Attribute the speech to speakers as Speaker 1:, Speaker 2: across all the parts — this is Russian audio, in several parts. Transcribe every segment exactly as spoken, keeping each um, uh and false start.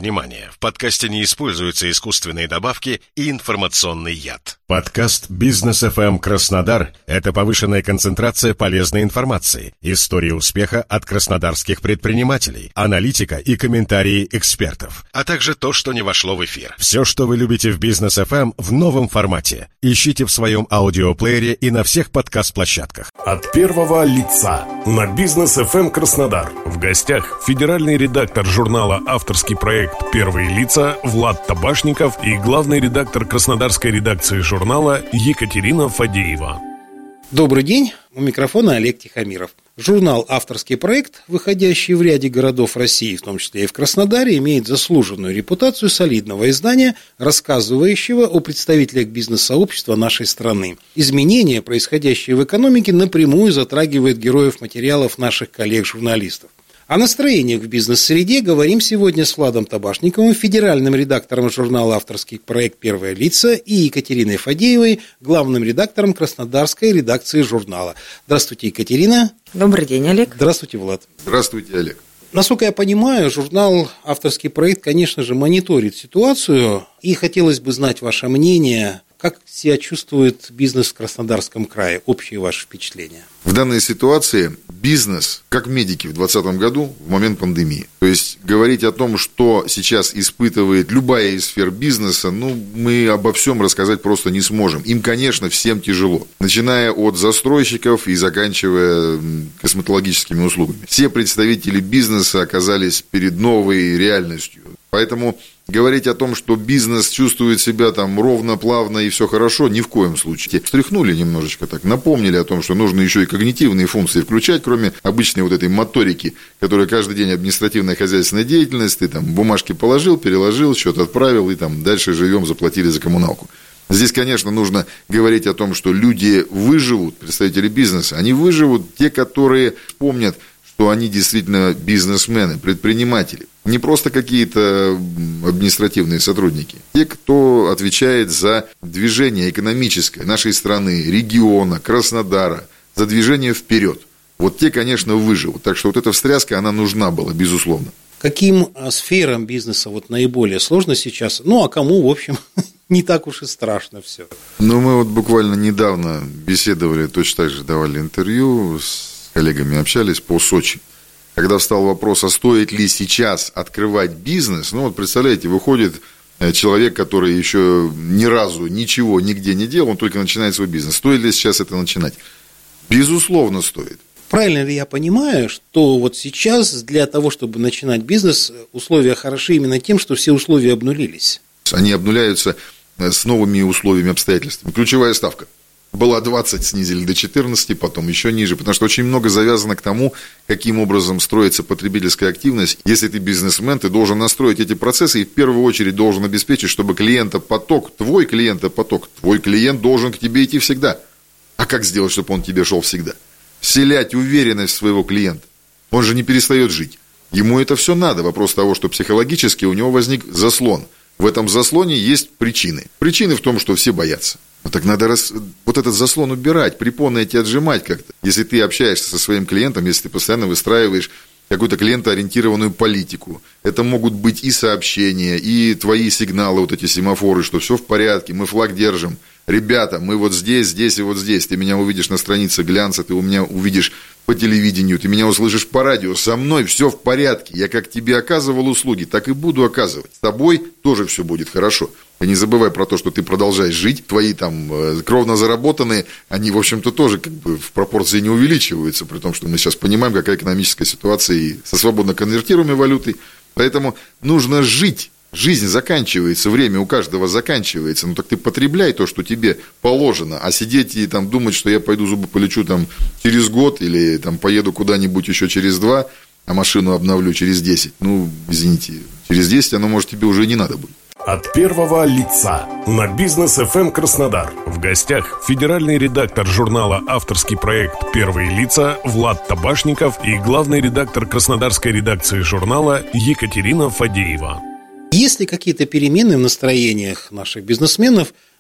Speaker 1: внимание, в подкасте не используются искусственные добавки и информационный яд. Подкаст «Бизнес эф эм Краснодар» — это повышенная концентрация полезной информации, истории успеха от краснодарских предпринимателей, аналитика и комментарии экспертов, а также то, что не вошло в эфир. Все, что вы любите в «Бизнес эф эм» в новом формате. Ищите в своем аудиоплеере и на всех подкаст-площадках.
Speaker 2: От первого лица на «Бизнес эф эм Краснодар». В гостях федеральный редактор журнала «Авторский проект. Первые лица» Влад Табашников и главный редактор краснодарской редакции журнала Екатерина Фадеева.
Speaker 3: Добрый день, у микрофона Олег Тихомиров. Журнал «Авторский проект», выходящий в ряде городов России, в том числе и в Краснодаре, имеет заслуженную репутацию солидного издания, рассказывающего о представителях бизнес-сообщества нашей страны. Изменения, происходящие в экономике, напрямую затрагивают героев материалов наших коллег-журналистов. О настроениях в бизнес-среде говорим сегодня с Владом Табашниковым, федеральным редактором журнала «Авторский проект. Первые лица», и Екатериной Фадеевой, главным редактором краснодарской редакции журнала. Здравствуйте, Екатерина.
Speaker 4: Добрый день, Олег.
Speaker 3: Здравствуйте, Влад.
Speaker 5: Здравствуйте, Олег.
Speaker 3: Насколько я понимаю, журнал «Авторский проект», конечно же, мониторит ситуацию, и хотелось бы знать ваше мнение, как себя чувствует бизнес в Краснодарском крае, общие ваши впечатления.
Speaker 5: В данной ситуации бизнес, как медики в двадцатом году, в момент пандемии. То есть говорить о том, что сейчас испытывает любая из сфер бизнеса, ну, мы обо всем рассказать просто не сможем. Им, конечно, всем тяжело. Начиная от застройщиков и заканчивая косметологическими услугами. Все представители бизнеса оказались перед новой реальностью. Поэтому говорить о том, что бизнес чувствует себя там ровно, плавно и все хорошо, ни в коем случае. Встряхнули немножечко так, напомнили о том, что нужно еще и когнитивные функции включать, кроме обычной вот этой моторики, которая каждый день административная хозяйственная деятельность, ты там бумажки положил, переложил, счет отправил, и там дальше живем, заплатили за коммуналку. Здесь, конечно, нужно говорить о том, что люди выживут, представители бизнеса, они выживут, те, которые помнят, что они действительно бизнесмены, предприниматели. Не просто какие-то административные сотрудники. Те, кто отвечает за движение экономическое нашей страны, региона, Краснодара, за движение вперед. Вот те, конечно, выживут. Так что вот эта встряска, она нужна была, безусловно.
Speaker 3: Каким сферам бизнеса вот наиболее сложно сейчас? Ну, а кому, в общем, не так уж и страшно все.
Speaker 5: Ну, мы вот буквально недавно беседовали, точно так же давали интервью с коллегами, общались по Сочи. Когда встал вопрос, а стоит ли сейчас открывать бизнес, ну вот представляете, выходит человек, который еще ни разу ничего нигде не делал, он только начинает свой бизнес. Стоит ли сейчас это начинать? Безусловно, стоит.
Speaker 3: Правильно ли я понимаю, что вот сейчас для того, чтобы начинать бизнес, условия хороши именно тем, что все условия обнулились?
Speaker 5: Они обнуляются с новыми условиями, обстоятельствами. Ключевая ставка. Была двадцать, снизили до четырнадцати, потом еще ниже, потому что очень много завязано к тому, каким образом строится потребительская активность. Если ты бизнесмен, ты должен настроить эти процессы и в первую очередь должен обеспечить, чтобы клиентопоток, твой клиентопоток, твой клиент должен к тебе идти всегда. А как сделать, чтобы он к тебе шел всегда? Вселять уверенность в своего клиента. Он же не перестает жить. Ему это все надо. Вопрос того, что психологически у него возник заслон. В этом заслоне есть причины. Причины в том, что все боятся. Ну, так надо рас... вот этот заслон убирать, препоны эти отжимать как-то. Если ты общаешься со своим клиентом, если ты постоянно выстраиваешь какую-то клиентоориентированную политику, это могут быть и сообщения, и твои сигналы, вот эти семафоры, что все в порядке, мы флаг держим. Ребята, мы вот здесь, здесь и вот здесь. Ты меня увидишь на странице глянца, ты у меня увидишь по телевидению, ты меня услышишь по радио. Со мной все в порядке. Я как тебе оказывал услуги, так и буду оказывать. С тобой тоже все будет хорошо. И не забывай про то, что ты продолжаешь жить. Твои там кровно заработанные, они, в общем-то, тоже как бы в пропорции не увеличиваются, при том, что мы сейчас понимаем, какая экономическая ситуация и со свободно конвертируемой валютой. Поэтому нужно жить. Жизнь заканчивается, время у каждого заканчивается. Ну так ты потребляй то, что тебе положено. А сидеть и там думать, что я пойду зубы полечу там через год или там поеду куда-нибудь еще через два, а машину обновлю через десять. Ну, извините, через десять оно, может, тебе уже не надо будет.
Speaker 2: От первого лица на «Бизнес эф эм Краснодар». В гостях федеральный редактор журнала «Авторский проект. Первые лица» Влад Табашников и главный редактор краснодарской редакции журнала Екатерина Фадеева.
Speaker 3: Есть ли какие-то перемены в настроениях наших бизнесменов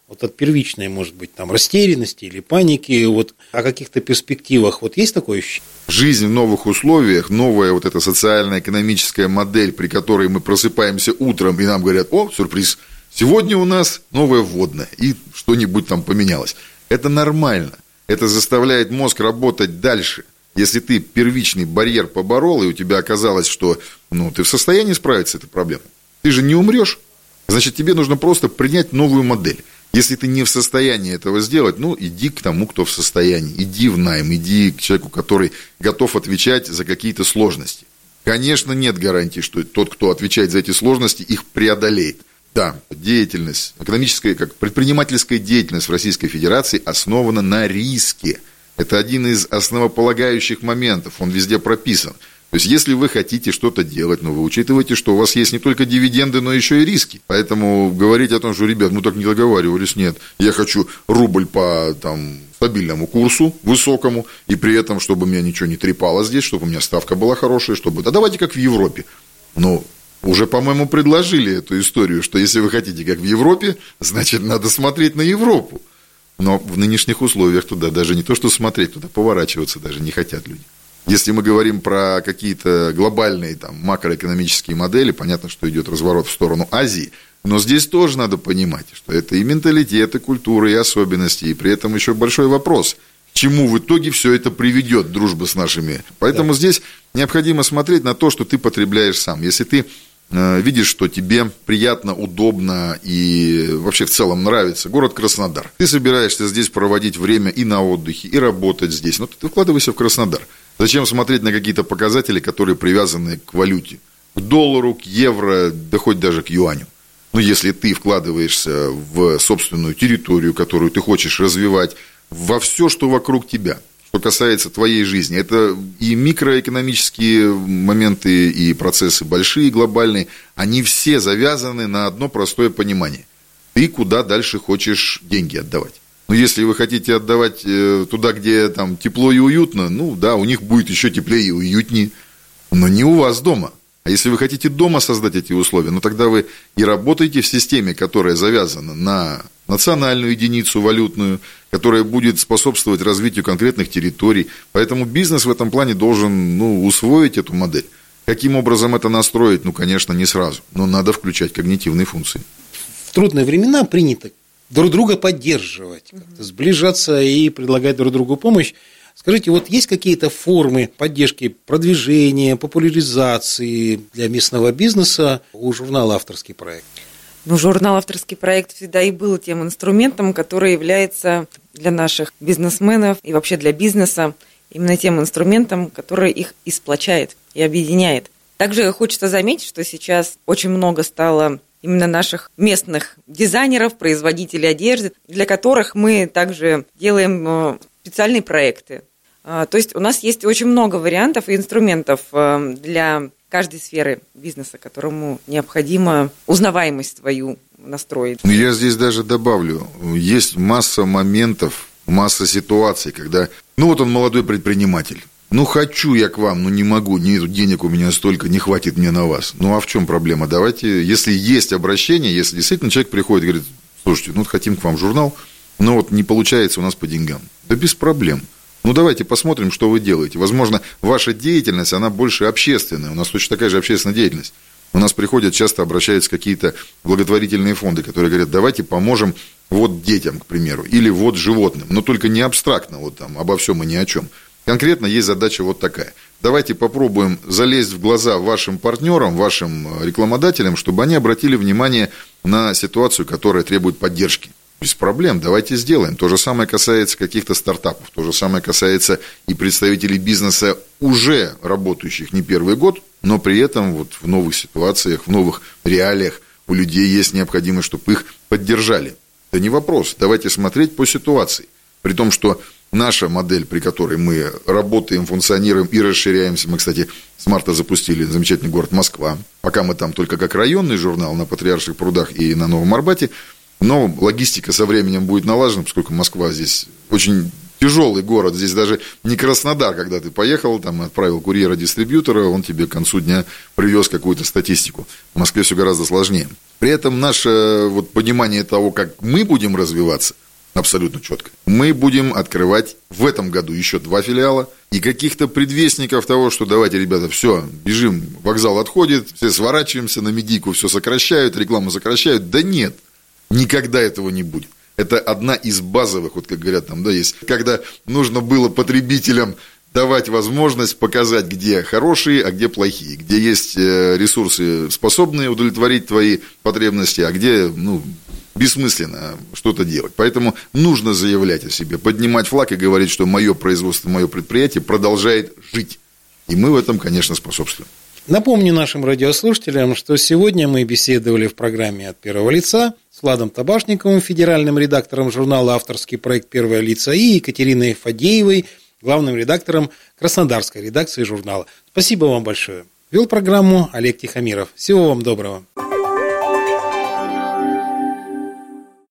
Speaker 3: вот от первичной, может быть, там, растерянности или паники, вот о каких-то перспективах, вот есть такое ощущение?
Speaker 5: Жизнь в новых условиях, новая вот эта социально-экономическая модель, при которой мы просыпаемся утром, и нам говорят: о, сюрприз, сегодня у нас новое вводное, и что-нибудь там поменялось. Это нормально, это заставляет мозг работать дальше. Если ты первичный барьер поборол, и у тебя оказалось, что ну, ты в состоянии справиться с этой проблемой, ты же не умрешь, значит, тебе нужно просто принять новую модель. Если ты не в состоянии этого сделать, ну, иди к тому, кто в состоянии. Иди в найм, иди к человеку, который готов отвечать за какие-то сложности. Конечно, нет гарантии, что тот, кто отвечает за эти сложности, их преодолеет. Да, деятельность, экономическая, как предпринимательская деятельность в Российской Федерации основана на риске. Это один из основополагающих моментов, он везде прописан. То есть, если вы хотите что-то делать, но вы учитываете, что у вас есть не только дивиденды, но еще и риски. Поэтому говорить о том, что, ребят, мы так не договаривались, нет, я хочу рубль по там, стабильному курсу, высокому, и при этом, чтобы меня ничего не трепало здесь, чтобы у меня ставка была хорошая, чтобы... Да давайте как в Европе. Ну, уже, по-моему, предложили эту историю, что если вы хотите как в Европе, значит, надо смотреть на Европу. Но в нынешних условиях туда даже не то, что смотреть, туда поворачиваться даже не хотят люди. Если мы говорим про какие-то глобальные там, макроэкономические модели, понятно, что идет разворот в сторону Азии, но здесь тоже надо понимать, что это и менталитет, и культура, и особенности, и при этом еще большой вопрос, к чему в итоге все это приведет, дружба с нашими. Поэтому да. Здесь необходимо смотреть на то, что ты потребляешь сам. Если ты э, видишь, что тебе приятно, удобно и вообще в целом нравится город Краснодар, ты собираешься здесь проводить время и на отдыхе, и работать здесь, но ты вкладывайся в Краснодар. Зачем смотреть на какие-то показатели, которые привязаны к валюте, к доллару, к евро, да хоть даже к юаню? Но если ты вкладываешься в собственную территорию, которую ты хочешь развивать, во все, что вокруг тебя, что касается твоей жизни, это и микроэкономические моменты, и процессы большие, глобальные, они все завязаны на одно простое понимание. Ты куда дальше хочешь деньги отдавать? Ну, если вы хотите отдавать туда, где там тепло и уютно, ну, да, у них будет еще теплее и уютнее, но не у вас дома. А если вы хотите дома создать эти условия, ну, тогда вы и работаете в системе, которая завязана на национальную единицу валютную, которая будет способствовать развитию конкретных территорий. Поэтому бизнес в этом плане должен, ну, усвоить эту модель. Каким образом это настроить? Ну, конечно, не сразу, но надо включать когнитивные функции.
Speaker 3: В трудные времена принято друг друга поддерживать, как-то сближаться и предлагать друг другу помощь. Скажите, вот есть какие-то формы поддержки, продвижения, популяризации для местного бизнеса у журнала «Авторский проект»?
Speaker 4: Ну, журнал «Авторский проект» всегда и был тем инструментом, который является для наших бизнесменов и вообще для бизнеса именно тем инструментом, который их и сплочает, и объединяет. Также хочется заметить, что сейчас очень много стало именно наших местных дизайнеров, производителей одежды, для которых мы также делаем специальные проекты. То есть у нас есть очень много вариантов и инструментов для каждой сферы бизнеса, которому необходимо узнаваемость свою настроить.
Speaker 5: Я здесь даже добавлю, есть масса моментов, масса ситуаций, когда, ну вот он молодой предприниматель, ну хочу я к вам, но не могу, нет денег у меня столько, не хватит мне на вас. Ну а в чем проблема? Давайте, если есть обращение, если действительно человек приходит и говорит, слушайте, ну хотим к вам журнал, но вот не получается у нас по деньгам. Да без проблем. Ну, давайте посмотрим, что вы делаете. Возможно, ваша деятельность, она больше общественная. У нас точно такая же общественная деятельность. У нас приходят, часто обращаются какие-то благотворительные фонды, которые говорят, давайте поможем вот детям, к примеру, или вот животным. Но только не абстрактно, вот там, обо всем и ни о чем. Конкретно есть задача вот такая. Давайте попробуем залезть в глаза вашим партнерам, вашим рекламодателям, чтобы они обратили внимание на ситуацию, которая требует поддержки. Без проблем, давайте сделаем. То же самое касается каких-то стартапов, то же самое касается и представителей бизнеса, уже работающих не первый год, но при этом вот в новых ситуациях, в новых реалиях у людей есть необходимость, чтобы их поддержали. Это не вопрос, давайте смотреть по ситуации. При том, что наша модель, при которой мы работаем, функционируем и расширяемся, мы, кстати, с марта запустили замечательный город Москва, пока мы там только как районный журнал на Патриарших прудах и на Новом Арбате, но логистика со временем будет налажена, поскольку Москва здесь очень тяжелый город. Здесь даже не Краснодар, когда ты поехал, там отправил курьера-дистрибьютора, он тебе к концу дня привез какую-то статистику. В Москве все гораздо сложнее. При этом наше вот понимание того, как мы будем развиваться, абсолютно четко. Мы будем открывать в этом году еще два филиала. И каких-то предвестников того, что давайте, ребята, все, бежим, вокзал отходит, все сворачиваемся на медийку, все сокращают, рекламу сокращают. Да нет, никогда этого не будет. Это одна из базовых, вот как говорят там, да, есть, когда нужно было потребителям давать возможность показать, где хорошие, а где плохие, где есть ресурсы, способные удовлетворить твои потребности, а где, ну, бессмысленно что-то делать. Поэтому нужно заявлять о себе, поднимать флаг и говорить, что мое производство, мое предприятие продолжает жить. И мы в этом, конечно, способствуем.
Speaker 3: Напомню нашим радиослушателям, что сегодня мы беседовали в программе «От первого лица» с Владом Табашниковым, федеральным редактором журнала «Авторский проект. Первое лицо», и Екатериной Фадеевой, главным редактором краснодарской редакции журнала. Спасибо вам большое. Вел программу Олег Тихомиров. Всего вам доброго.